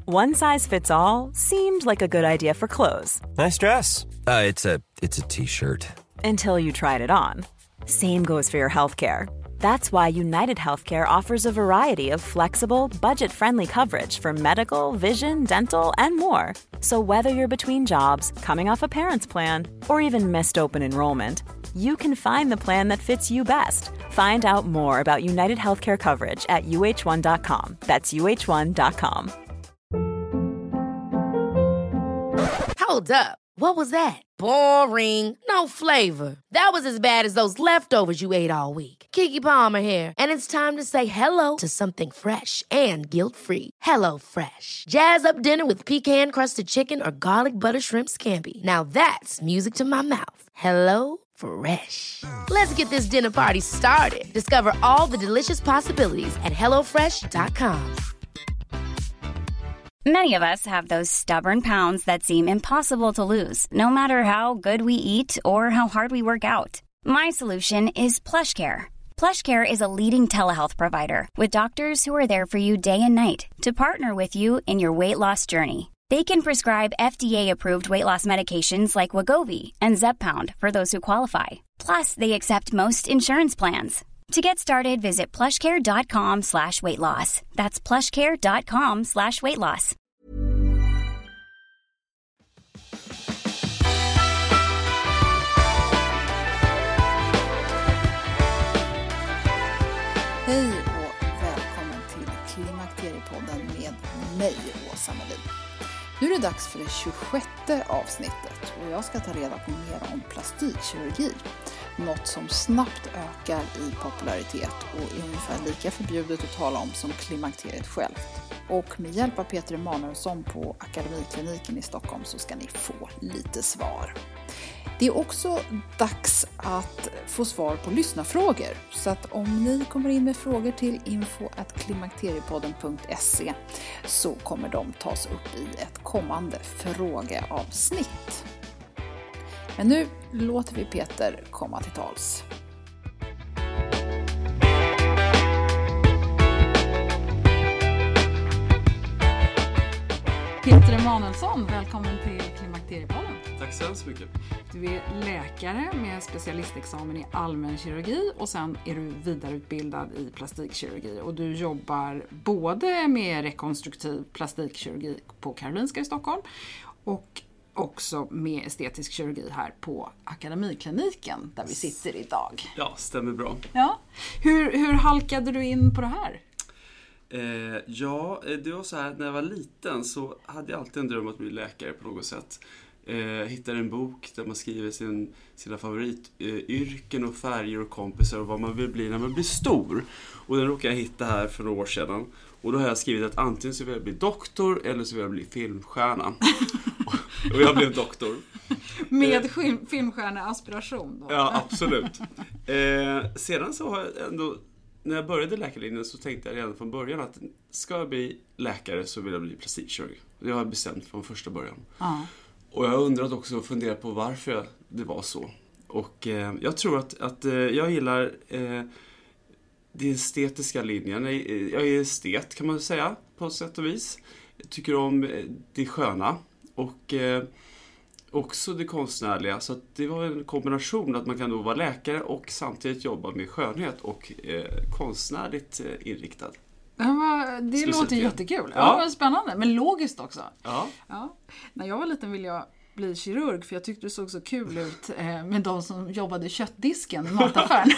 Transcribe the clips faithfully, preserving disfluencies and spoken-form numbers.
One size fits all seemed like a good idea for clothes. Nice dress. Uh, it's a it's a t-shirt. Until you tried it on. Same goes for your healthcare. That's why United Healthcare offers a variety of flexible, budget-friendly coverage for medical, vision, dental, and more. So whether you're between jobs, coming off a parent's plan, or even missed open enrollment, you can find the plan that fits you best. Find out more about United Healthcare coverage at U H one dot com. That's U H one dot com. Hold up. What was that? Boring. No flavor. That was as bad as those leftovers you ate all week. Keke Palmer here, and it's time to say hello to something fresh and guilt-free. Hello Fresh. Jazz up dinner with pecan-crusted chicken or garlic butter shrimp scampi. Now that's music to my mouth. Hello Fresh. Let's get this dinner party started. Discover all the delicious possibilities at hello fresh dot com. Many of us have those stubborn pounds that seem impossible to lose, no matter how good we eat or how hard we work out. My solution is PlushCare. PlushCare is a leading telehealth provider with doctors who are there for you day and night to partner with you in your weight loss journey. They can prescribe F D A-approved weight loss medications like Wegovy and Zepbound for those who qualify. Plus, they accept most insurance plans. To get started, visit plushcare.com slash weight loss. That's plushcare.com slash weight loss. Hej och välkommen till Klimakteriepodden med mig, Åsa Melin. Nu är det dags för det tjugosjätte avsnittet och jag ska ta reda på mer om plastikkirurgi. Något som snabbt ökar i popularitet och är ungefär lika förbjudet att tala om som klimakteriet självt. Och med hjälp av Peter Emanuelsson på Akademikliniken i Stockholm så ska ni få lite svar. Det är också dags att få svar på lyssnarfrågor. Så att om ni kommer in med frågor till info at klimakteriepodden punkt se så kommer de tas upp i ett kommande frågeavsnitt. Men nu låter vi Peter komma till tals. Peter Emanuelsson, välkommen till Klimakteriepodden. Tack så hemskt mycket. Du är läkare med specialistexamen i allmänkirurgi och sen är du vidareutbildad i plastikkirurgi. Och du jobbar både med rekonstruktiv plastikkirurgi på Karolinska i Stockholm och också med estetisk kirurgi här på Akademikliniken där vi sitter idag. Ja, stämmer bra. Ja. Hur, hur halkade du in på det här? Eh, ja, det var så här, när jag var liten så hade jag alltid en dröm att bli läkare på något sätt. Jag eh, hittade en bok där man skriver sin, sina favorityrken eh, och färger och kompisar och vad man vill bli när man blir stor. Och den råkade jag hitta här för några år sedan. Och då har jag skrivit att antingen så vill jag bli doktor eller så vill jag bli filmstjärna. Och jag blev doktor. Med eh, filmstjärneaspiration då? Ja, absolut. Eh, sedan så har jag ändå, när jag började läkarlinjen så tänkte jag redan från början att ska jag bli läkare så vill jag bli plastikkirurg. Det har jag bestämt från första början. Ja. Och jag har undrat också och funderat på varför det var så. Och eh, jag tror att, att eh, jag gillar eh, den estetiska linjen. Jag är estet kan man säga på sätt och vis. Jag tycker om det sköna och eh, också det konstnärliga. Så att det var en kombination att man kan då vara läkare och samtidigt jobba med skönhet och eh, konstnärligt eh, inriktad. Ja, det låter jättekul. Ja. Ja, spännande. Men logiskt också. Ja. Ja. När jag var liten ville jag bli kirurg för jag tyckte det såg så kul ut eh, med de som jobbade i köttdisken i mataffären.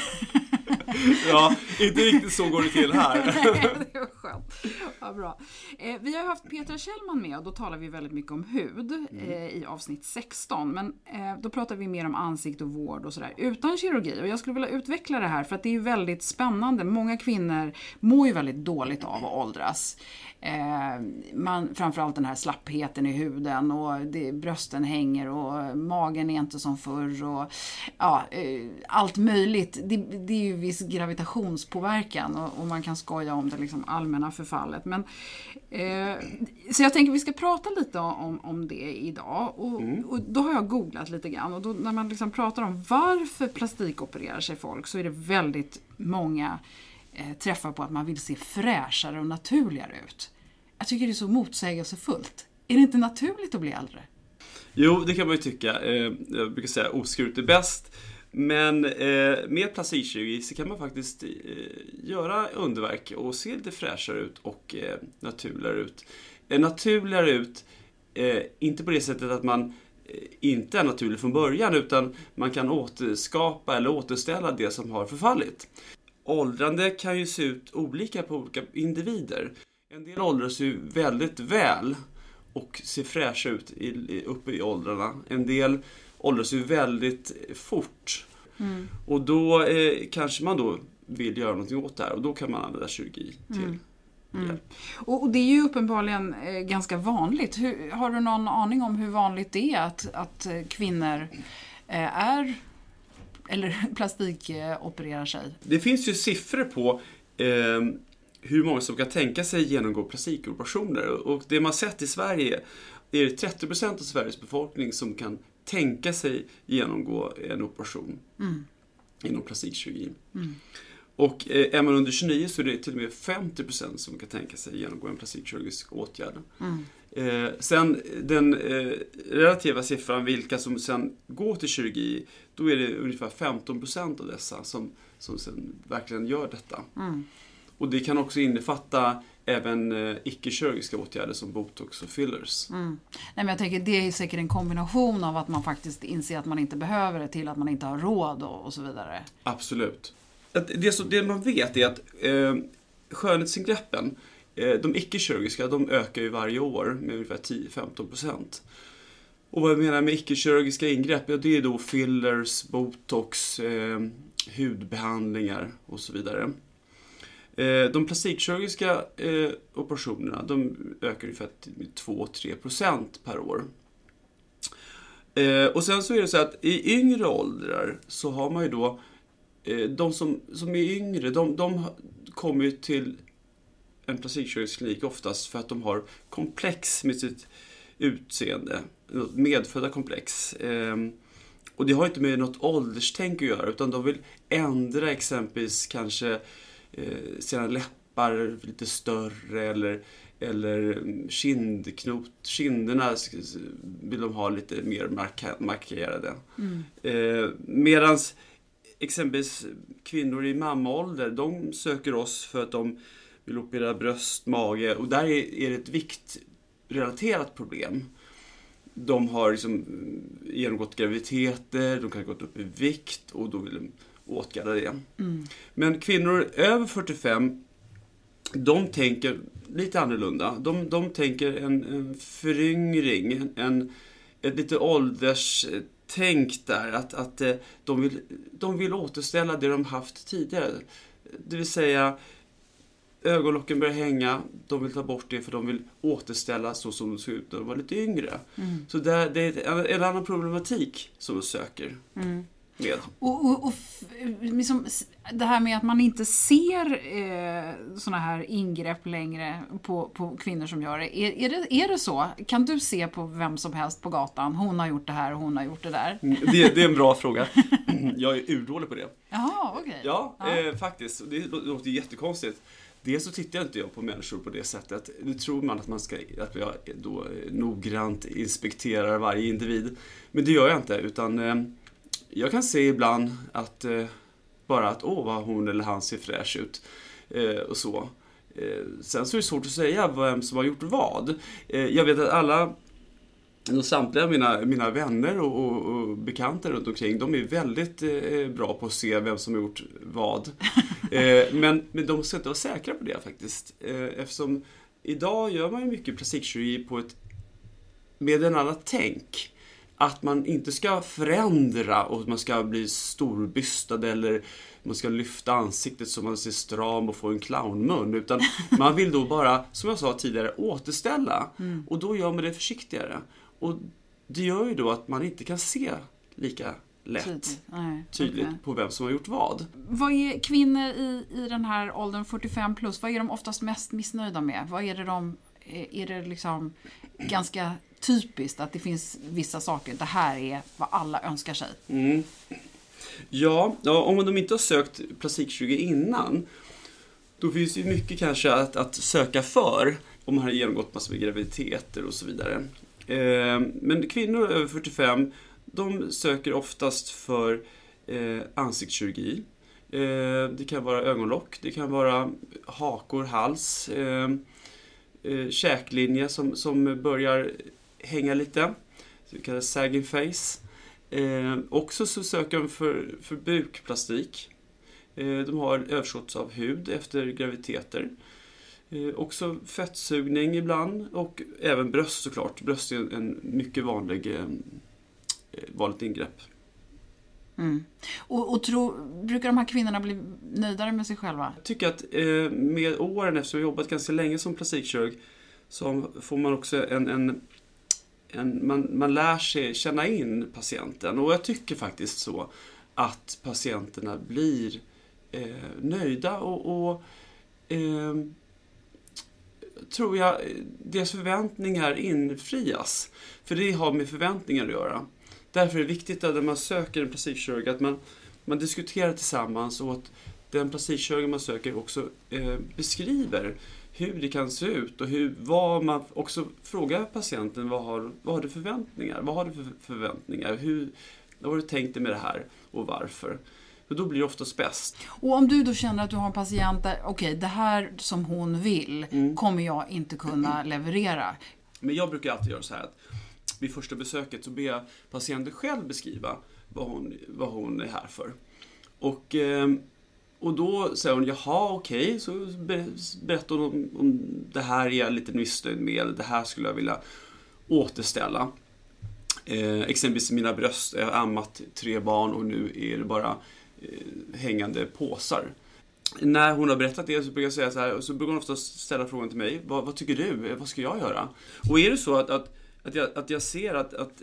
Ja, inte riktigt så går det till här. Nej, det var skönt. Ja, bra. Eh, vi har haft Petra Kjellman med och då talar vi väldigt mycket om hud eh, i avsnitt sexton. Men eh, då pratar vi mer om ansikt och vård och sådär utan kirurgi. Och jag skulle vilja utveckla det här för att det är ju väldigt spännande. Många kvinnor mår ju väldigt dåligt av att åldras. Eh, man, framförallt den här slappheten i huden och det, brösten hänger och magen är inte som förr och ja, eh, allt möjligt. Det, det är ju viss gravitationspåverkan och, och man kan skoja om det liksom allmänna förfallet. Men, eh, så jag tänker vi ska prata lite om, om det idag och, mm. och då har jag googlat lite grann och då, när man liksom pratar om varför plastikopererar sig folk så är det väldigt många träffar på att man vill se fräschare och naturligare ut. jag tycker det är så motsägelsefullt. Är det inte naturligt att bli äldre? Jo, det kan man ju tycka. Eh, jag brukar säga oskuret är bäst. Men eh, med plastikkirurgi så kan man faktiskt eh, göra underverk och se lite fräschare ut och eh, naturligare ut. Eh, naturligare ut, eh, inte på det sättet att man eh, inte är naturlig från början, utan man kan återskapa eller återställa det som har förfallit. Åldrande kan ju se ut olika på olika individer. En del åldras ju väldigt väl och ser fräscha ut i, uppe i åldrarna. En del åldras ju väldigt fort. Mm. Och då eh, kanske man då vill göra någonting åt det här. Och då kan man använda kirurgi till mm. Mm. hjälp. Och, och det är ju uppenbarligen eh, ganska vanligt. Hur, har du någon aning om hur vanligt det är att, att kvinnor eh, är eller plastikopererar sig? Det finns ju siffror på eh, hur många som kan tänka sig genomgå plastikoperationer. Och det man sett i Sverige är det trettio procent av Sveriges befolkning som kan tänka sig genomgå en operation mm. inom plastikkirurgi. Mm. Och eh, är man under tjugonio så är det till och med femtio procent som kan tänka sig genomgå en plastikkirurgisk åtgärd. Mm. Eh, sen den eh, relativa siffran, vilka som sen går till kirurgi, då är det ungefär femton procent av dessa som, som sen verkligen gör detta. Mm. Och det kan också innefatta även eh, icke-kirurgiska åtgärder som botox och fillers. Mm. Nej, men jag tänker det är säkert en kombination av att man faktiskt inser att man inte behöver det till att man inte har råd och, och så vidare. Absolut. Det, så, det man vet är att eh, skönhetsingreppen, eh, de icke-kirurgiska, de ökar ju varje år med ungefär tio till femton procent. Och vad jag menar med icke-kirurgiska ingrepp, ja, det är då fillers, botox, eh, hudbehandlingar och så vidare. De plastikkirurgiska eh, operationerna, de ökar ungefär med två till tre procent per år. Eh, och sen så är det så att i yngre åldrar så har man ju då, eh, de som, som är yngre, de, de kommer ju till en plastikkirurgisk klinik oftast för att de har komplex med sitt utseende, medfödda komplex. Eh, och det har inte med något ålderstänk att göra, utan de vill ändra exempelvis kanske Eh, sina läppar lite större eller, eller kindknot, kinderna vill de ha lite mer marka, markerade. Mm. Eh, medans exempelvis kvinnor i mammaålder, de söker oss för att de vill operera bröst, mage, och där är, är det ett viktrelaterat problem. De har liksom genomgått graviditeter, de kan ha gått upp i vikt och då vill de åtgärda det. Mm. Men kvinnor över fyrtiofem, de tänker lite annorlunda. De, de tänker en, en föryngring, en, ett lite ålderstänk där. Att, att de, vill, de vill återställa det de haft tidigare. Det vill säga, ögonlocken börjar hänga, de vill ta bort det för de vill återställa så som de såg ut när de var lite yngre. Mm. Så där, det är en, en annan problematik som de söker. Mm. Med. Och, och, och liksom, det här med att man inte ser eh, såna här ingrepp längre på, på kvinnor som gör det. Är, är det. Är det så? Kan du se på vem som helst på gatan? Hon har gjort det här och hon har gjort det där. Det, det är en bra fråga. Jag är urdålig på det. Jaha, okej. Okay. Ja, ja. Eh, faktiskt. Det låter jättekonstigt. Dels så tittar inte jag på människor på det sättet. Nu tror man att man ska att jag då noggrant inspekterar varje individ. Men det gör jag inte, utan eh, jag kan se ibland att eh, bara att åh, vad hon eller han ser fräsch ut eh, och så. Eh, sen så är det svårt att säga vem som har gjort vad. Eh, jag vet att alla, och samtliga mina, mina vänner och, och, och bekanta runt omkring, de är väldigt eh, bra på att se vem som har gjort vad. Eh, men, men de ska inte vara säkra på det faktiskt. Eh, eftersom idag gör man ju mycket plastikkirurgi på ett, med en annan tänk. Att man inte ska förändra och man ska bli storbystad eller man ska lyfta ansiktet så man ser stram och få en clownmun. Utan man vill då bara, som jag sa tidigare, återställa. Mm. Och då gör man det försiktigare. Och det gör ju då att man inte kan se lika lätt tydligt, Nej, tydligt okay. på vem som har gjort vad. Vad är kvinnor i, i den här åldern fyrtiofem plus, vad är de oftast mest missnöjda med? Vad är det de, är det liksom ganska typiskt att det finns vissa saker, det här är vad alla önskar sig? Mm. Ja, ja, om de inte har sökt plastikkirurgi innan, då finns det ju mycket kanske att, att söka för. om man har genomgått massor med graviditeter och så vidare. Eh, men kvinnor över fyrtiofem, de söker oftast för eh, ansiktskirurgi. Eh, det kan vara ögonlock, det kan vara hakor, hals, eh, eh, käklinje som, som börjar hänga lite. Så det kallas sagging face. Eh, också så söker de för, för bukplastik. Eh, de har överskott av hud efter graviditeter. Eh, också fettsugning ibland och även bröst såklart. Bröst är en, en mycket vanlig eh, vanligt ingrepp. Mm. Och, och tro, brukar de här kvinnorna bli nöjdare med sig själva? Jag tycker att eh, med åren, eftersom jag jobbat ganska länge som plastikkirurg, så får man också en, en, en man, man lär sig känna in patienten. Och jag tycker faktiskt så att patienterna blir eh, nöjda och, och eh, tror jag deras förväntningar infrias. För det har med förväntningar att göra. Därför är det viktigt att när man söker en plastikkirurg att man, man diskuterar tillsammans och att den plastikkirurg man söker också eh, beskriver hur det kan se ut och hur, vad man också frågar patienten vad har, vad har du förväntningar? Vad har du för förväntningar? Hur, vad har du tänkt dig med det här och varför? Och då blir det oftast bäst. Och om du då känner att du har en patient där, okej, okay, det här som hon vill mm. kommer jag inte kunna leverera. Men jag brukar alltid göra så här att vid första besöket så ber jag patienten själv beskriva vad hon, vad hon är här för. Och, och då säger hon, jaha okej, okay. Så berättar hon om, om det här är jag lite missnöjd med, det här skulle jag vilja återställa. Eh, exempelvis mina bröst, jag har ammat tre barn och nu är det bara eh, hängande påsar. När hon har berättat det så brukar jag säga så här, och så brukar hon ofta ställa frågan till mig, vad, vad tycker du, vad ska jag göra? Och är det så att, att Att jag, att jag ser att, att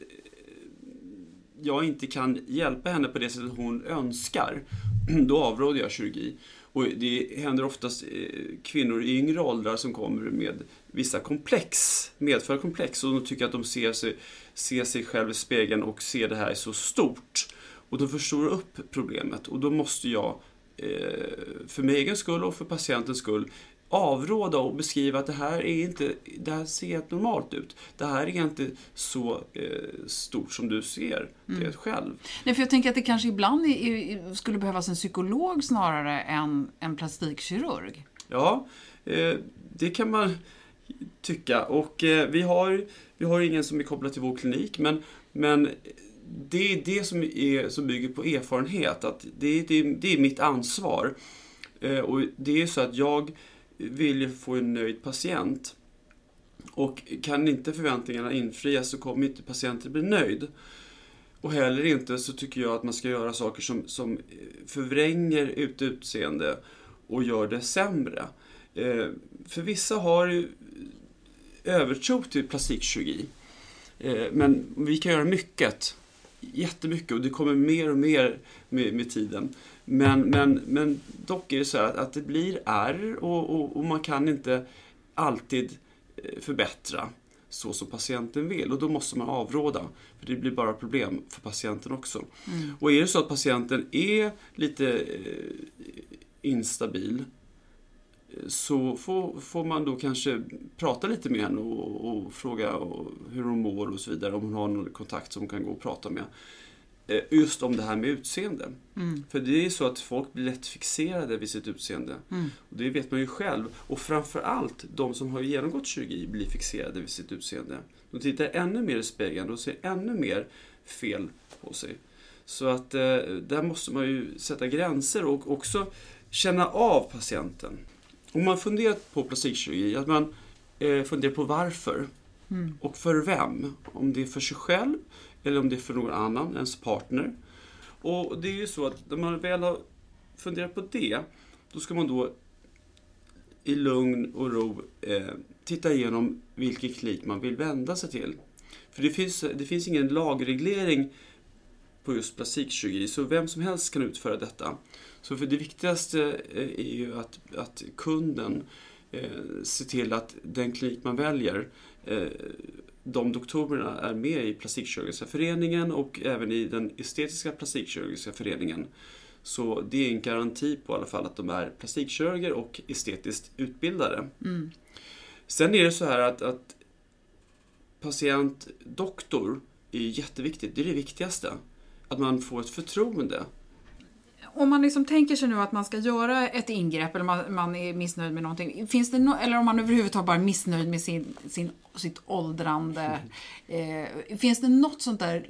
jag inte kan hjälpa henne på det sättet hon önskar, då avråder jag kirurgi. Och det händer oftast kvinnor i yngre åldrar som kommer med vissa komplex, medför komplex, och de tycker att de ser sig, ser sig själv i spegeln och ser det här så stort. Och de förstorar upp problemet, och då måste jag för min egen skull och för patientens skull avråda och beskriva att det här är inte, det här ser helt normalt ut. Det här är inte så eh, stort som du ser det mm. själv. Nej, för jag tänker att det kanske ibland är, är, skulle behövas en psykolog snarare än en plastikkirurg. Ja, eh, det kan man tycka. Och eh, vi har vi har ingen som är kopplad till vår klinik, men men det är det som är som bygger på erfarenhet, att det det, det är mitt ansvar. Eh, och det är så att jag vill ju få en nöjd patient, och kan inte förväntningarna infrias så kommer inte patienten bli nöjd. Och heller inte så tycker jag att man ska göra saker som, som förvränger ut utseende och gör det sämre. Eh, för vissa har ju övertro till plastikkirurgi, eh, men vi kan göra mycket, jättemycket, och det kommer mer och mer med, med tiden. Men, men, men dock är det så här att, att det blir ärr, och, och, och man kan inte alltid förbättra så som patienten vill. Och då måste man avråda, för det blir bara problem för patienten också. Mm. Och är det så att patienten är lite eh, instabil, så får, får man då kanske prata lite med henne och, och fråga och, hur hon mår och så vidare. Om hon har någon kontakt som hon kan gå och prata med. Just om det här med utseende. Mm. För det är så att folk blir lätt fixerade vid sitt utseende. Mm. Och det vet man ju själv. Och framförallt de som har genomgått kirurgi blir fixerade vid sitt utseende. De tittar ännu mer i spegeln och ser ännu mer fel på sig. Så att eh, där måste man ju sätta gränser och också känna av patienten. Om man funderar på plastikkirurgi, att man eh, funderar på varför. Mm. Och för vem. Om det är för sig själv eller om det är för någon annan, ens partner. Och det är ju så att när man väl har funderat på det, då ska man då i lugn och ro eh, titta igenom vilken klinik man vill vända sig till. För det finns, det finns ingen lagreglering på just plastikkirurgi, så vem som helst kan utföra detta. Så för det viktigaste eh, är ju att, att kunden eh, ser till att den klinik man väljer, eh, de doktorerna är med i plastikkirurgiska föreningen och även i den estetiska plastikkirurgiska föreningen. Så det är en garanti på i alla fall att de är plastikkirurger och estetiskt utbildade. Mm. Sen är det så här att, att patient, doktor är jätteviktigt. Det är det viktigaste. Att man får ett förtroende. Om man liksom tänker sig nu att man ska göra ett ingrepp eller man, man är missnöjd med någonting. Finns det no- eller om man överhuvudtaget bara är missnöjd med sin, sin, sitt åldrande. Eh, finns det något sånt där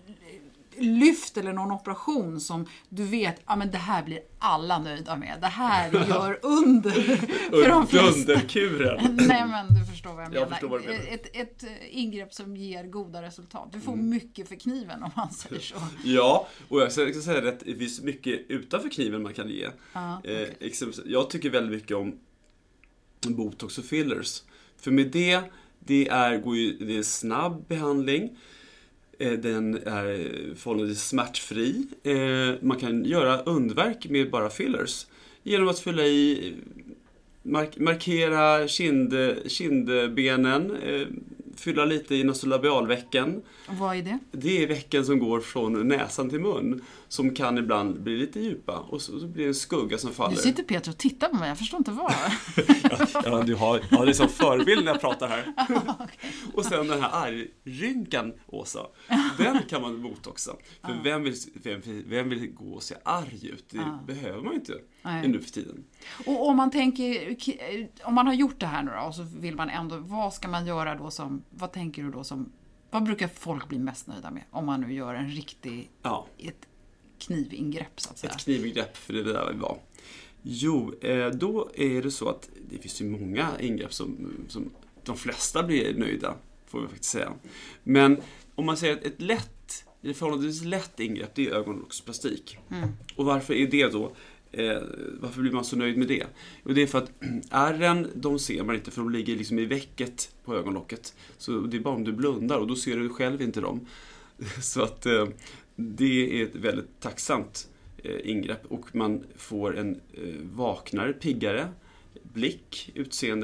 lyft eller någon operation som du vet, ja men det här blir alla nöjda med. Det här gör under för de flesta. Underkuren. Nej men du förstår vad jag menar. Jag förstår vad du menar. Ett, ett ingrepp som ger goda resultat. Du får mm. mycket för kniven om man säger så. Ja, och jag ska säga att det finns mycket utanför kniven man kan ge. Ah, okay. eh, jag tycker väldigt mycket om botox och fillers. För med det, det är, går ju, det är en snabb behandling. Den är förhållandevis smärtfri. Man kan göra undverk med bara fillers. Genom att fylla i, mark- markera kind, kindbenen, fylla lite i nasolabialvecken. Och vad är det? Det är vecken som går från näsan till mun. Som kan ibland bli lite djupa. Och så, så blir det en skugga som faller. Du sitter Peter och tittar på mig, jag förstår inte vad. ja, ja, du har, jag har det som förebild när jag pratar här. Okay. Och sen den här argrynkan, Åsa. Den kan man botoxa. För ah. vem, vill, vem, vem vill gå och se arg ut? Det ah. behöver man inte nu för tiden. Och om man tänker, om man har gjort det här nu då, och så vill man ändå, vad ska man göra då som, vad tänker du då som, vad brukar folk bli mest nöjda med? Om man nu gör en riktig, ja. ett knivingrepp så att säga. Ett knivingrepp, för det där vi var. Jo, då är det så att det finns ju många ingrepp som, som de flesta blir nöjda, får vi faktiskt säga. Men om man säger att ett lätt, det är förhållandevis lätt ingrepp, det är ögonlocksplastik. Mm. Och varför är det då? Eh, varför blir man så nöjd med det? Och det är för att ärren, de ser man inte, för de ligger liksom i väcket på ögonlocket. Så det är bara om du blundar och då ser du själv inte dem. Så att eh, det är ett väldigt tacksamt eh, ingrepp och man får en eh, vaknare, piggare blick, utseende.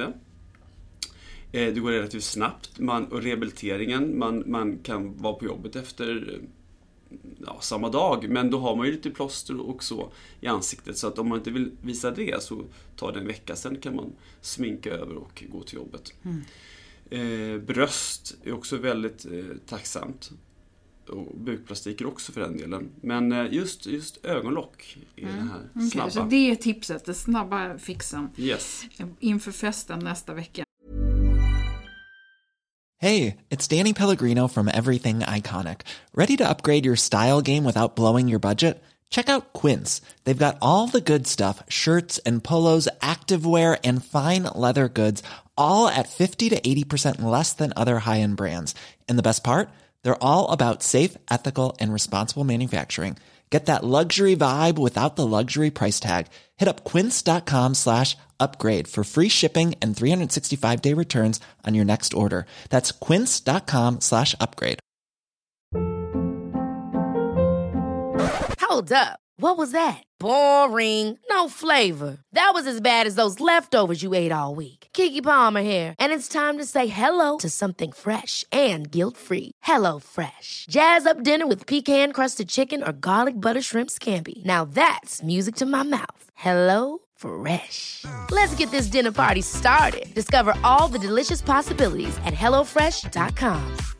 Eh, det går relativt snabbt. Man, och rehabiliteringen, man, man kan vara på jobbet efter ja, samma dag, men då har man ju lite plåster och så i ansiktet, så att om man inte vill visa det så tar det en vecka, sen kan man sminka över och gå till jobbet. Mm. Eh, bröst är också väldigt eh, tacksamt. Och bukplastik är också för den delen. Men just, just ögonlock är mm. den här snabba. Okay, så det är tipset, det snabba fixen. Yes. Inför festen nästa vecka. Hey, it's Danny Pellegrino from Everything Iconic. Ready to upgrade your style game without blowing your budget? Check out Quince. They've got all the good stuff, shirts and polos, activewear and fine leather goods, all at fifty to eighty percent less than other high-end brands. And the best part? They're all about safe, ethical, and responsible manufacturing. Get that luxury vibe without the luxury price tag. Hit up quince.com slash upgrade for free shipping and three sixty-five day returns on your next order. That's quince.com slash upgrade. Hold up. What was that? Boring. No flavor. That was as bad as those leftovers you ate all week. Keke Palmer here, and it's time to say hello to something fresh and guilt-free. Hello Fresh. Jazz up dinner with pecan-crusted chicken or garlic butter shrimp scampi. Now that's music to my mouth. Hello Fresh. Let's get this dinner party started. Discover all the delicious possibilities at hello fresh dot com.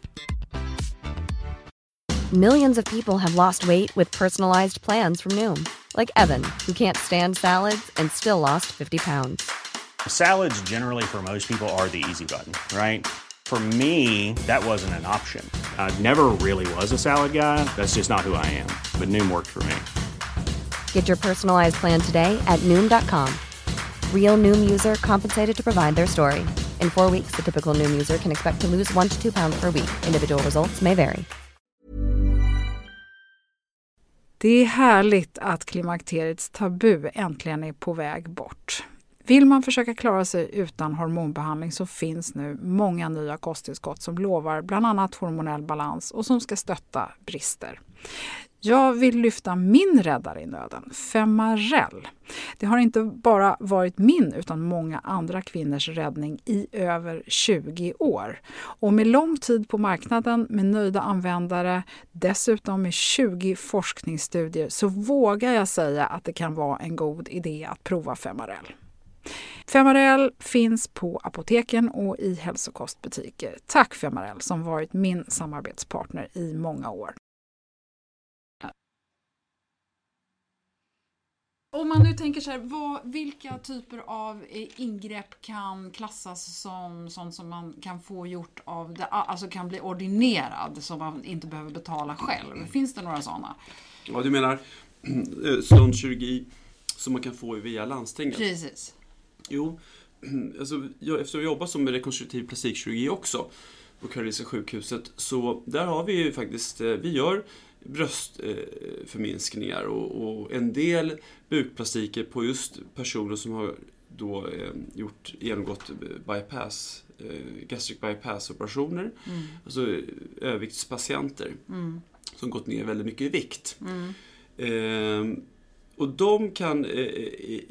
Millions of people have lost weight with personalized plans from Noom. Like Evan, who can't stand salads and still lost fifty pounds. Salads generally for most people are the easy button, right? For me, that wasn't an option. I never really was a salad guy. That's just not who I am. But Noom worked for me. Get your personalized plan today at Noom dot com. Real Noom user compensated to provide their story. In four weeks, the typical Noom user can expect to lose one to two pounds per week. Individual results may vary. Det är härligt att klimakteriets tabu äntligen är på väg bort. Vill man försöka klara sig utan hormonbehandling så finns nu många nya kosttillskott som lovar bland annat hormonell balans och som ska stötta brister. Jag vill lyfta min räddare i nöden, Femarel. Det har inte bara varit min utan många andra kvinnors räddning i över tjugo år. Och med lång tid på marknaden, med nöjda användare, dessutom med tjugo forskningsstudier, så vågar jag säga att det kan vara en god idé att prova Femarel. Femarel finns på apoteken och i hälsokostbutiker. Tack Femarel som varit min samarbetspartner i många år. Om man nu tänker så här, vad, vilka typer av ingrepp kan klassas som sånt som man kan få gjort av det, alltså kan bli ordinerad som man inte behöver betala själv? Finns det några sådana? Ja, du menar ståndkirurgi som man kan få via landstinget? Precis. Jo, alltså, jag, eftersom jag jobbar som rekonstruktiv plastikkirurgi också på Karolinska sjukhuset, så där har vi ju faktiskt, vi gör bröstförminskningar och, och en del bukplastiker på just personer som har då eh, gjort, genomgått bypass, eh, gastric bypass operationer, mm. alltså överviktspatienter mm. som gått ner väldigt mycket i vikt. Mm. Eh, och de kan eh,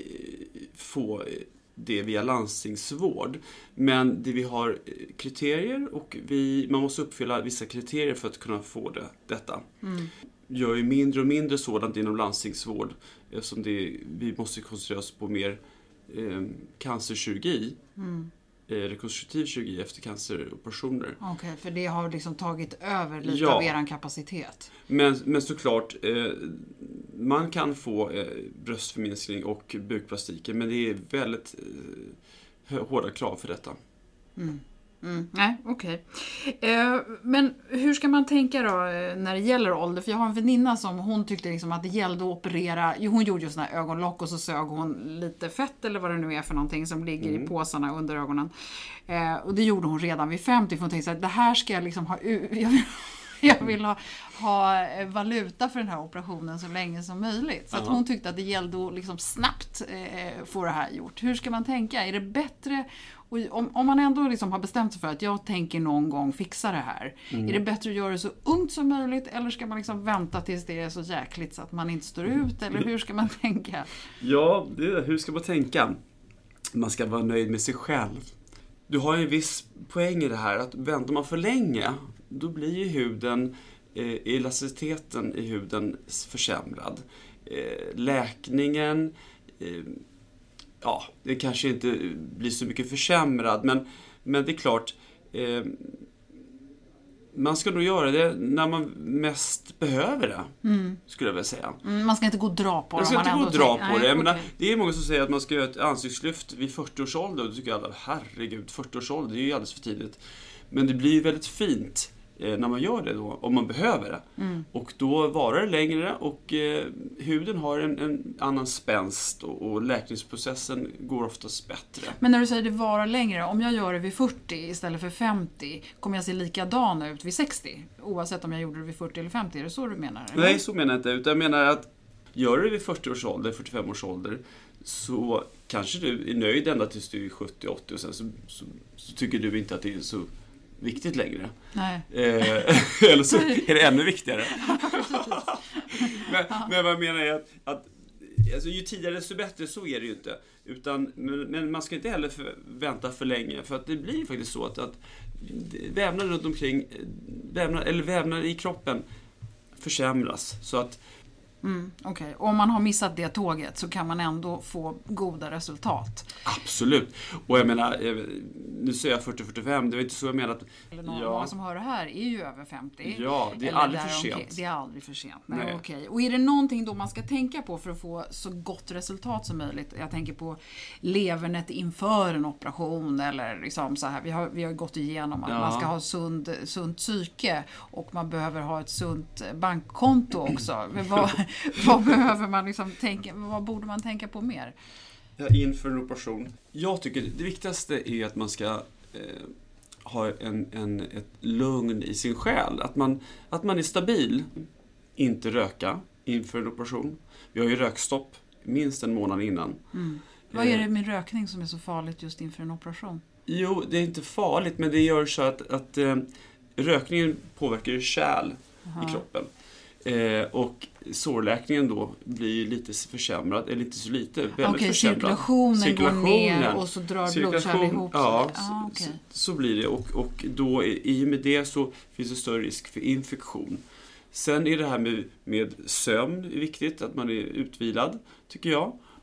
få det via landstingsvård. Men det vi har kriterier och vi, man måste uppfylla vissa kriterier för att kunna få det, detta. Mm. Gör ju mindre och mindre sådant inom landstingsvård eftersom det, vi måste koncentrera oss på mer eh, cancerkirurgi. Mm. Eh, rekonstruktiv kirurgi efter canceroperationer. Okej, okay, för det har liksom tagit över lite ja. av er kapacitet. Men, men såklart, eh, man kan få eh, bröstförminskning och bukplastiker, men det är väldigt eh, hårda krav för detta. Mm. Mm. Nej, okej. Okay. Eh, men hur ska man tänka då eh, när det gäller ålder? För jag har en väninna som hon tyckte liksom att det gällde att operera. Jo, hon gjorde ju såna här ögonlock och så sög hon lite fett eller vad det nu är för någonting som ligger mm. i påsarna under ögonen. Eh, och det gjorde hon redan vid femtio. För hon tänkte att det här ska jag liksom ha... Jag vill, jag vill ha, ha valuta för den här operationen så länge som möjligt. Så att hon tyckte att det gällde att liksom snabbt eh, få det här gjort. Hur ska man tänka? Är det bättre... Och om, om man ändå liksom har bestämt sig för att jag tänker någon gång fixa det här. Mm. Är det bättre att göra det så ungt som möjligt? Eller ska man liksom vänta tills det är så jäkligt så att man inte står ut? Eller hur ska man tänka? Ja, det, hur ska man tänka? Man ska vara nöjd med sig själv. Du har en viss poäng i det här. Att väntar man för länge, då blir ju huden, eh, elasticiteten i huden försämrad. Eh, läkningen... Eh, Ja, det kanske inte blir så mycket försämrad, men, men det är klart, eh, man ska nog göra det när man mest behöver det, mm. skulle jag vilja säga. Mm, man ska inte gå och dra på det. Man ska inte man gå och dra på nej, det. Jag okay. menar, det är många som säger att man ska göra ett ansiktslyft vid fyrtio års ålder, och då tycker jag alla, herregud, fyrtio års ålder, det är ju alldeles för tidigt. Men det blir ju väldigt fint eh, när man gör det då, om man behöver det. Mm. Och då varar det längre och eh, huden har en, en annan spänst och, och läkningsprocessen går oftast bättre. Men när du säger det varar längre, om jag gör det vid fyrtio istället för femtio, kommer jag se likadan ut vid sextio? Oavsett om jag gjorde det vid fyrtio eller femtio, är det så du menar? Eller? Nej, så menar jag inte. Utan jag menar att gör du det vid fyrtio års ålder, fyrtiofem års ålder, så kanske du är nöjd ända tills du är sjuttio åttio och sen så, så, så tycker du inte att det är så viktigt längre. Nej. Eh, eller så är det ännu viktigare. men, men vad jag menar är att, att alltså, ju tidigare desto bättre, så är det ju inte. Utan, men, men man ska inte heller för, vänta för länge, för att det blir faktiskt så att, att vävnader runt omkring, vävnader, eller vävnader i kroppen försämras. Så att Mm, Okej, okay. Om man har missat det tåget så kan man ändå få goda resultat. Absolut. Och jag menar, nu säger jag fyrtio till fyrtiofem, det var inte så jag menar att... Eller någon ja. som hör det här är ju över femtio. Ja, det är aldrig för sent. Okay. Det är aldrig för sent. Nej, Nej. Okay. Och är det någonting då man ska tänka på för att få så gott resultat som möjligt? Jag tänker på levernet inför en operation eller liksom så här. Vi har, vi har gått igenom att ja. man ska ha sund, sunt psyke och man behöver ha ett sunt bankkonto också. Men vad, vad behöver man liksom tänka, vad borde man tänka på mer? Ja, inför en operation. Jag tycker det viktigaste är att man ska eh, ha en, en, ett lugn i sin själ. Att man, att man är stabil. Inte röka inför en operation. Vi har ju rökstopp minst en månad innan. Mm. Vad är det med rökning som är så farligt just inför en operation? Jo, det är inte farligt, men det gör så att, att eh, rökningen påverkar kärl Aha. i kroppen. Eh, och sårläkningen då blir lite försämrad, eller inte så lite, väldigt okay, försämrad. Cirkulationen, cirkulationen går ner och så drar blodkärl ihop sig. Ja, ah, okay. så, så blir det. Och, och då i och med det så finns det större risk för infektion. Sen är det här med, med sömn är viktigt, att man är utvilad, tycker jag.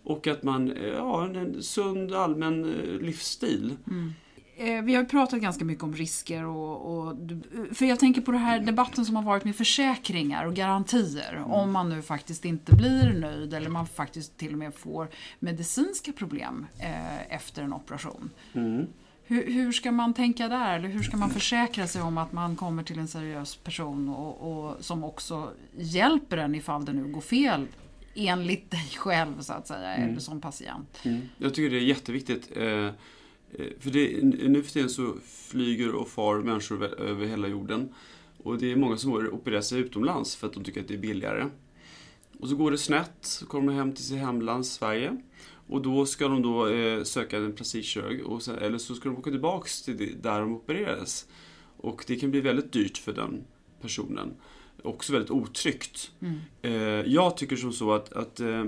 och att man ja, en, en sund allmän livsstil. Mm. Vi har pratat ganska mycket om risker och, och för jag tänker på den här debatten som har varit med försäkringar och garantier. Mm. Om man nu faktiskt inte blir nöjd eller man faktiskt till och med får medicinska problem eh, efter en operation. Mm. Hur, hur ska man tänka där? Eller hur ska man försäkra sig om att man kommer till en seriös person och, och som också hjälper en ifall det nu går fel enligt dig själv så att säga, mm. eller som patient? Mm. Jag tycker det är jätteviktigt. Eh, För det, nu för tiden så flyger och far människor över hela jorden. Och det är många som opererar sig utomlands för att de tycker att det är billigare. Och så går det snett, så kommer de hem till sitt hemland Sverige. Och då ska de då eh, söka en plastikkirurg. Och sen, eller så ska de åka tillbaka till det, där de opererades. Och det kan bli väldigt dyrt för den personen. Också väldigt otryggt. Mm. Eh, jag tycker som så att... att eh,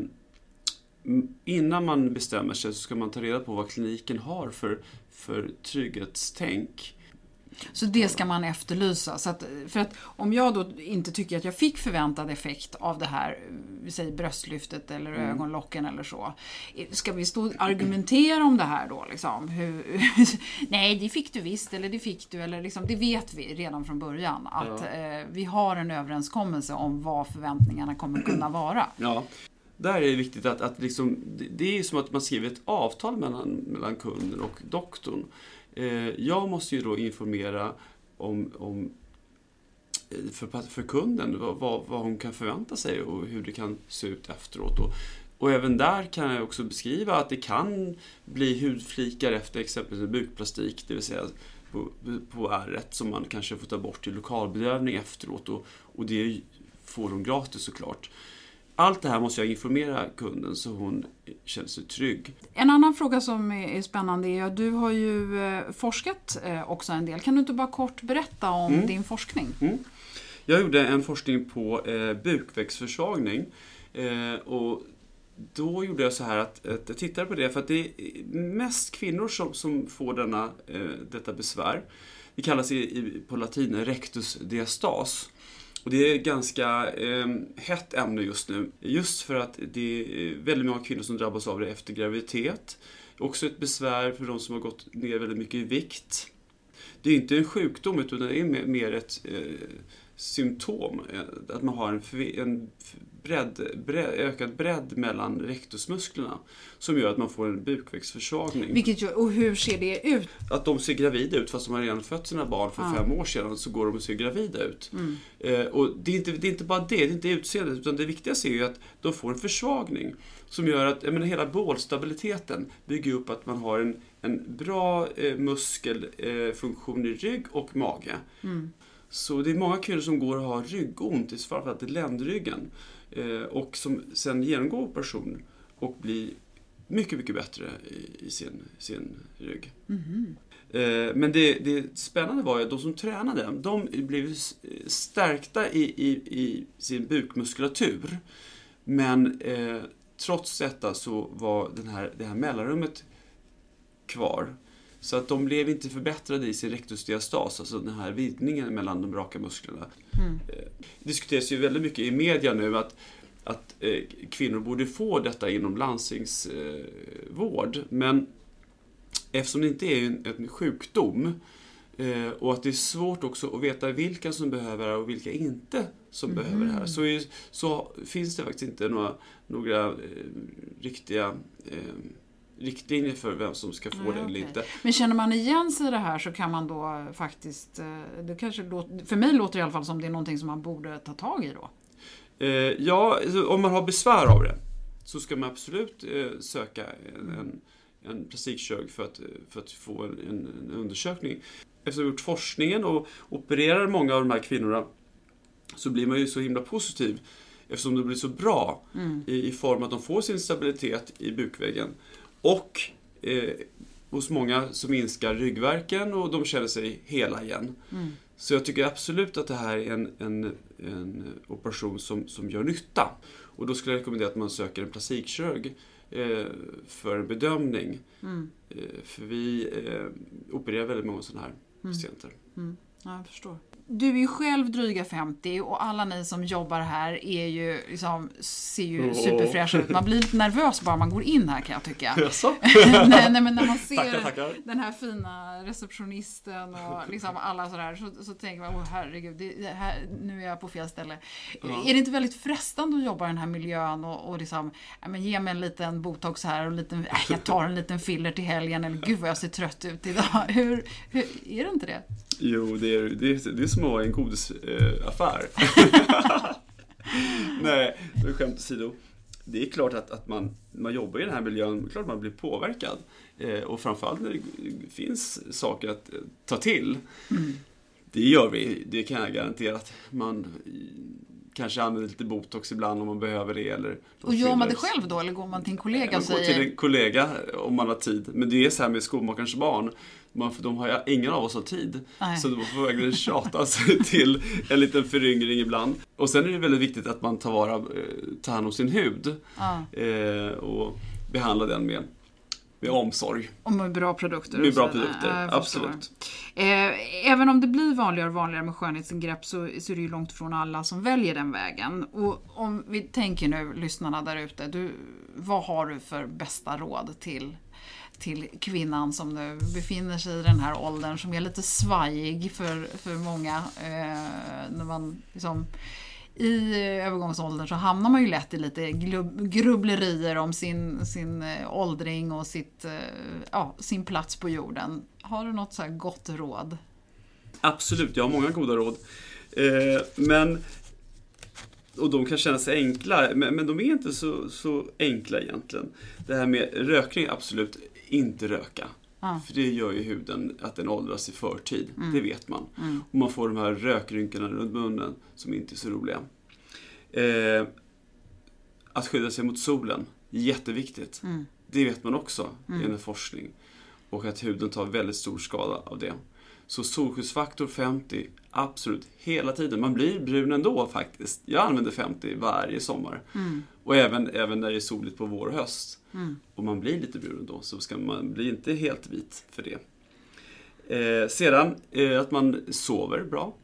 innan man bestämmer sig så ska man ta reda på vad kliniken har för, för trygghetstänk. Så det ska man efterlysa. Så att, för att om jag då inte tycker att jag fick förväntad effekt av det här, vi säger bröstlyftet eller mm. ögonlocken eller så. Ska vi stå och argumentera om det här då? Liksom? Hur, nej, det fick du visst eller det fick du. Eller liksom, det vet vi redan från början. Att ja. eh, vi har en överenskommelse om vad förväntningarna kommer kunna vara. Ja. Där är det viktigt att, att liksom, det är som att man skriver ett avtal mellan, mellan kunden och doktorn. Eh, jag måste ju då informera om, om för, för kunden vad, vad, vad hon kan förvänta sig och hur det kan se ut efteråt. Och, och även där kan jag också beskriva att det kan bli hudflikar efter exempelvis bukplastik, det vill säga på, på ärret som man kanske får ta bort i lokalbedövning efteråt. Och, och det får de gratis såklart. Allt det här måste jag informera kunden så hon känner sig trygg. En annan fråga som är spännande är att du har ju forskat också en del. Kan du inte bara kort berätta om mm. din forskning? Mm. Jag gjorde en forskning på eh, bukvägsförsvagning. Eh, och då gjorde jag så här att, att jag tittade på det för att det är mest kvinnor som, som får denna, eh, detta besvär. Det kallas i, i, på latin rectusdiastas. Och det är ganska eh, hett ämne just nu. Just för att det är väldigt många kvinnor som drabbas av det efter graviditet. Också ett besvär för de som har gått ner väldigt mycket i vikt. Det är inte en sjukdom utan det är mer ett eh, symptom. Att man har en, en bredd, bredd, ökad bredd mellan rektusmusklerna. Som gör att man får en bukvägsförsvagning. Vilket gör, och hur ser det ut? Att de ser gravida ut fast de har redan fött sina barn för ah. fem år sedan. Så går de och ser gravida ut. Mm. Eh, och det är, inte, det är inte bara det, det är inte utseendet. Utan det viktigaste är ju att de får en försvagning. Som gör att jag menar, hela bålstabiliteten bygger upp att man har en, en bra eh, muskelfunktion eh, i rygg och mage. Mm. Så det är många kvinnor som går och har ryggont, framförallt i ländryggen. Eh, och som sen genomgår operation och blir mycket, mycket bättre i, i sin, sin rygg. Mm-hmm. Eh, men det, det spännande var ju att de som tränade, de blev stärkta i, i, i sin bukmuskulatur. Men eh, trots detta så var den här, det här mellanrummet kvar. Så att de blev inte förbättrade i sin rectusdiastas, alltså den här vidgningen mellan de raka musklerna. Mm. Det diskuteras ju väldigt mycket i media nu att, att eh, kvinnor borde få detta inom landstingsvård. Eh, Men eftersom det inte är en, en sjukdom eh, och att det är svårt också att veta vilka som behöver det och vilka inte som mm. behöver det här, så, är, så finns det faktiskt inte några, några eh, riktiga... Eh, riktlinjer för vem som ska få ja, det eller okay. inte. Men känner man igen sig i det här så kan man då faktiskt, det kanske låter, för mig låter det i alla fall som det är någonting som man borde ta tag i då. Eh, ja, om man har besvär av det så ska man absolut eh, söka en, en, en plastikkirurg för att, för att få en, en, en undersökning. Efter att ha gjort forskningen och opererar många av de här kvinnorna så blir man ju så himla positiv eftersom det blir så bra mm. i, i form att de får sin stabilitet i bukväggen. Och eh, hos många så minskar ryggvärken och de känner sig hela igen. Mm. Så jag tycker absolut att det här är en, en, en operation som, som gör nytta. Och då skulle jag rekommendera att man söker en plastikkirurg eh, för en bedömning. Mm. Eh, för vi eh, opererar väldigt många sådana här patienter. Mm. Ja, jag förstår. du är ju själv dryga femtio och alla ni som jobbar här är ju liksom, ser ju oh. superfräscha ut. Man blir lite nervös bara man går in här, kan jag tycka. Jaså? nej, nej, men när man ser tackar, tackar. den här fina receptionisten och liksom alla sådär, så, så tänker man, åh herregud, det, det här, nu är jag på fel ställe. Ja. Är det inte väldigt frestande att jobba i den här miljön och, och liksom, ja, men ge mig en liten botox här och en liten, äh, jag tar en liten filler till helgen, eller gud vad jag ser trött ut idag. Hur, hur är det inte det? Jo, det är, det är, det är som att ha en godisaffär. Nej, det är skämt åsido. Det är klart att, att man, man jobbar i den här miljön, klart man blir påverkad. Eh, och framförallt när det finns saker att ta till. Mm. Det gör vi, det kan jag garantera, att man kanske använder lite botox ibland om man behöver det. Eller och gör man det själv då, eller går man till en kollega och säger? Går till en kollega om man har tid. Men det är så här med skomakarens barn. Man, för de har, ingen av oss har tid. Nej. Så de får verkligen tjata sig till en liten föryngring ibland. Och sen är det väldigt viktigt att man tar, vara, tar hand om sin hud. Ah. Eh, och behandlar den med, med omsorg. Och med bra produkter. Med bra produkter, äh, absolut. Eh, även om det blir vanligare och vanligare med skönhetsingrepp så, så är det ju långt från alla som väljer den vägen. Och om vi tänker nu, lyssnarna där ute, du, vad har du för bästa råd till till kvinnan som nu befinner sig i den här åldern, som är lite svajig för, för många. Eh, när man liksom, i övergångsåldern så hamnar man ju lätt i lite glub- grubblerier om sin, sin åldring och sitt, eh, ja, sin plats på jorden. Har du något så här gott råd? Absolut, jag har många goda råd. Eh, men och de kan kännas enkla, men, men de är inte så, så enkla egentligen. Det här med rökning, absolut inte röka. Ah. För det gör ju huden att den åldras i förtid. Mm. Det vet man. Mm. Och man får de här rökrynkorna runt munnen som inte är så roliga. Eh, att skydda sig mot solen, jätteviktigt. Mm. Det vet man också mm. genom forskning. Och att huden tar väldigt stor skada av det. Så solskyddsfaktor femtio, absolut, hela tiden. Man blir brun ändå faktiskt. Jag använder femtio varje sommar. Mm. Och även, även när det är soligt på vår och höst. Mm. Och man blir lite brun ändå, så ska man bli inte helt vit för det. Eh, sedan eh, att man sover bra.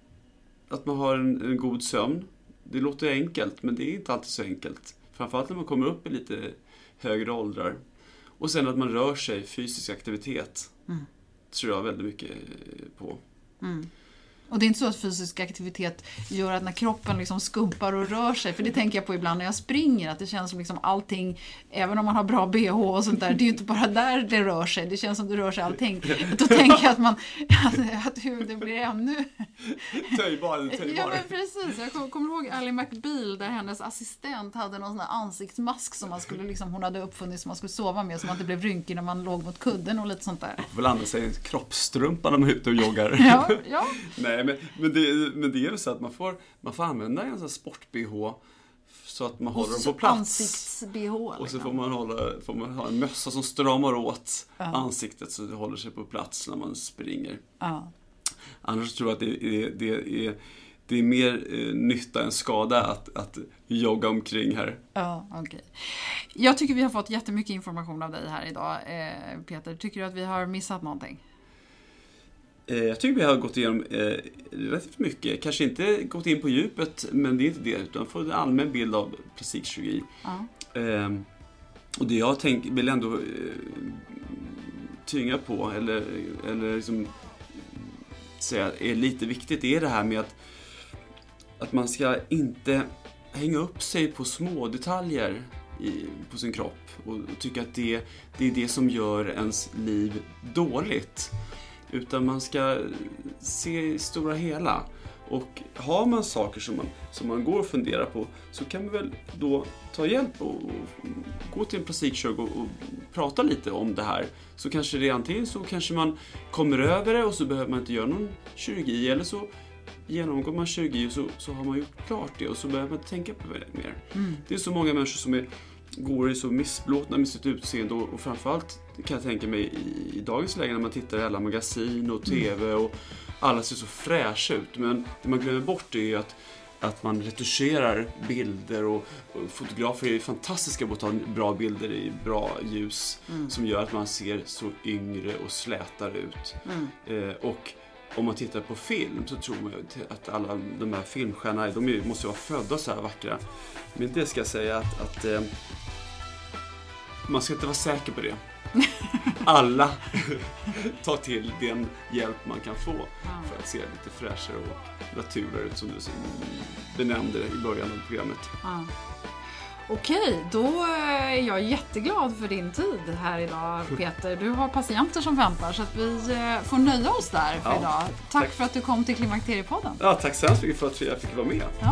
Att man har en, en god sömn. Det låter enkelt, men det är inte alltid så enkelt. Framförallt när man kommer upp i lite högre åldrar. Och sen att man rör sig, fysisk aktivitet. Mm. Tror jag väldigt mycket på. Mm. Och det är inte så att fysisk aktivitet gör att när kroppen liksom skumpar och rör sig, för det tänker jag på ibland när jag springer, att det känns som liksom allting, även om man har bra B H och sånt där, det är ju inte bara där det rör sig, det känns som det rör sig allting. Då tänker jag att man, att, att huden blir ännu töjbar, töjbar. Ja, men precis, jag kommer, kommer ihåg Ally McBeal där hennes assistent hade någon sån här ansiktsmask som man skulle liksom, hon hade uppfunnit som man skulle sova med, så man inte blev rynkig när man låg mot kudden och lite sånt där. Man får landa sig i en kroppstrumpa när man är ute och joggar. Ja, ja. Nej, men, men, det, men det är ju så att man får, man får använda en sån sport-B H så att man håller dem på plats. Ansikts-B H. Och så får man, hålla, får man ha en mössa som stramar åt ja. ansiktet så det håller sig på plats när man springer. Ja. Annars tror jag att det är, det är, det är mer eh, nytta än skada att, att jogga omkring här. Ja, okej. Okay. Jag tycker vi har fått jättemycket information av dig här idag, eh, Peter. Tycker du att vi har missat någonting? Jag tycker vi har gått igenom eh, relativt mycket. Kanske inte gått in på djupet, men det är inte det. Utan får en allmän bild av plastikkirurgi. Ja. Eh, och det jag tänk, vill ändå eh, tynga på, eller, eller liksom säga är lite viktigt, är det här med att, att man ska inte hänga upp sig på små detaljer i, på sin kropp. Och, och tycka att det, det är det som gör ens liv dåligt. Utan man ska se stora hela. Och har man saker som man, som man går och funderar på, så kan man väl då ta hjälp och, och gå till en plastikkirurg och, och prata lite om det här. Så kanske det antingen så kanske man kommer över det och så behöver man inte göra någon kirurgi. Eller så genomgår man kirurgi och så, så har man gjort klart det och så behöver man inte tänka på det mer. Mm. Det är så många människor som är, går i så missblåtna med sitt utseende och, och framförallt kan jag tänka mig i, i dagens läge när man tittar i alla magasin och tv och alla ser så fräscha ut, men det man glömmer bort är ju att, att man retuscherar bilder och, och fotografer är fantastiska på att ta bra bilder i bra ljus mm. som gör att man ser så yngre och slätare ut. Mm. Eh, och om man tittar på film så tror jag att alla de här filmstjärnorna, de måste vara födda så här vackra. Men det ska jag säga att, att eh, man ska inte vara säker på det. Alla tar till den hjälp man kan få för att se lite fräschare och naturligare ut, som du benämnde det i början av programmet. Ja. Okej, då är jag jätteglad för din tid här idag, Peter. Du har patienter som väntar, så att vi får nöja oss där för ja, idag. Tack, tack för att du kom till Klimakteriepodden. Ja, tack så mycket för att jag fick vara med. Ja.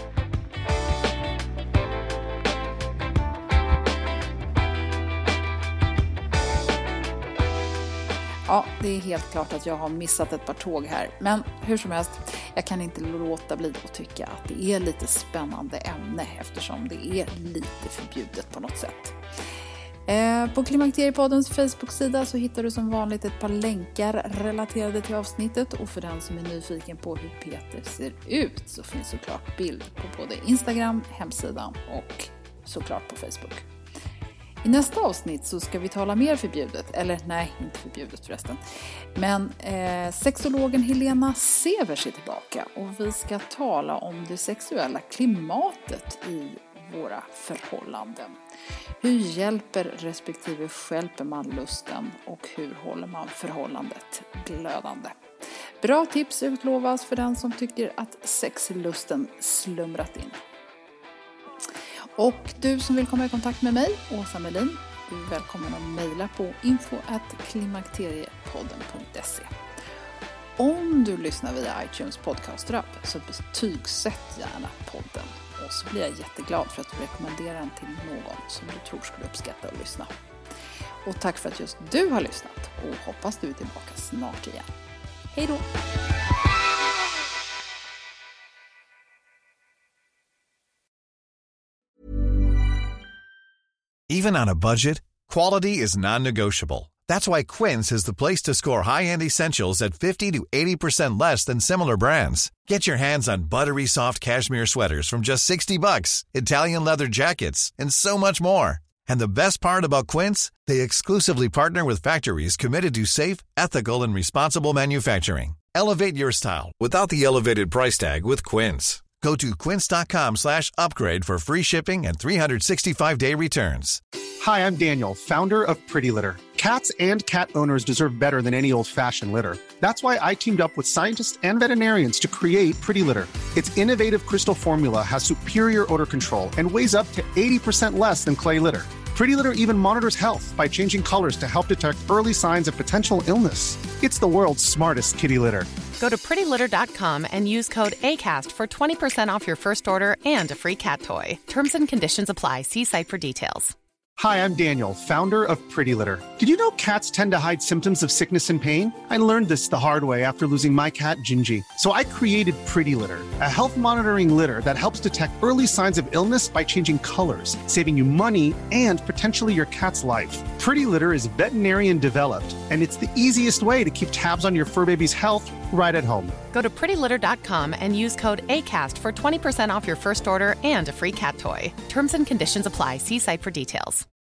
Ja, det är helt klart att jag har missat ett par tåg här. Men hur som helst, jag kan inte låta bli att tycka att det är lite spännande ämne eftersom det är lite förbjudet på något sätt. Eh, på Klimakteriepoddens Facebook-sida så hittar du som vanligt ett par länkar relaterade till avsnittet. Och för den som är nyfiken på hur Peter ser ut så finns såklart bild på både Instagram, hemsidan och såklart på Facebook. I nästa avsnitt så ska vi tala mer förbjudet, eller nej, inte förbjudet förresten. Men eh, sexologen Helena Severs är tillbaka och vi ska tala om det sexuella klimatet i våra förhållanden. Hur hjälper respektive stjälper man lusten och hur håller man förhållandet glödande? Bra tips utlovas för den som tycker att sexlusten slumrat in. Och du som vill komma i kontakt med mig, Åsa Melin, du är välkommen att mejla på info at klimakteriepodden punkt se. Om du lyssnar via iTunes podcast-app så betygsätt gärna podden. Och så blir jag jätteglad för att du rekommenderar den till någon som du tror skulle uppskatta att lyssna. Och tack för att just du har lyssnat och hoppas du är tillbaka snart igen. Hej då! Even on a budget, quality is non-negotiable. That's why Quince is the place to score high-end essentials at fifty to eighty percent less than similar brands. Get your hands on buttery soft cashmere sweaters from just sixty bucks, Italian leather jackets, and so much more. And the best part about Quince, they exclusively partner with factories committed to safe, ethical, and responsible manufacturing. Elevate your style without the elevated price tag with Quince. Go to quince.com slash upgrade for free shipping and three sixty-five day returns. Hi, I'm Daniel, founder of Pretty Litter. Cats and cat owners deserve better than any old-fashioned litter. That's why I teamed up with scientists and veterinarians to create Pretty Litter. Its innovative crystal formula has superior odor control and weighs up to eighty percent less than clay litter. Pretty Litter even monitors health by changing colors to help detect early signs of potential illness. It's the world's smartest kitty litter. Go to pretty litter dot com and use code ACAST for twenty percent off your first order and a free cat toy. Terms and conditions apply. See site for details. Hi, I'm Daniel, founder of Pretty Litter. Did you know cats tend to hide symptoms of sickness and pain? I learned this the hard way after losing my cat, Gingy. So I created Pretty Litter, a health monitoring litter that helps detect early signs of illness by changing colors, saving you money and potentially your cat's life. Pretty Litter is veterinarian developed, and it's the easiest way to keep tabs on your fur baby's health right at home. Go to pretty litter dot com and use code ACAST for twenty percent off your first order and a free cat toy. Terms and conditions apply. See site for details.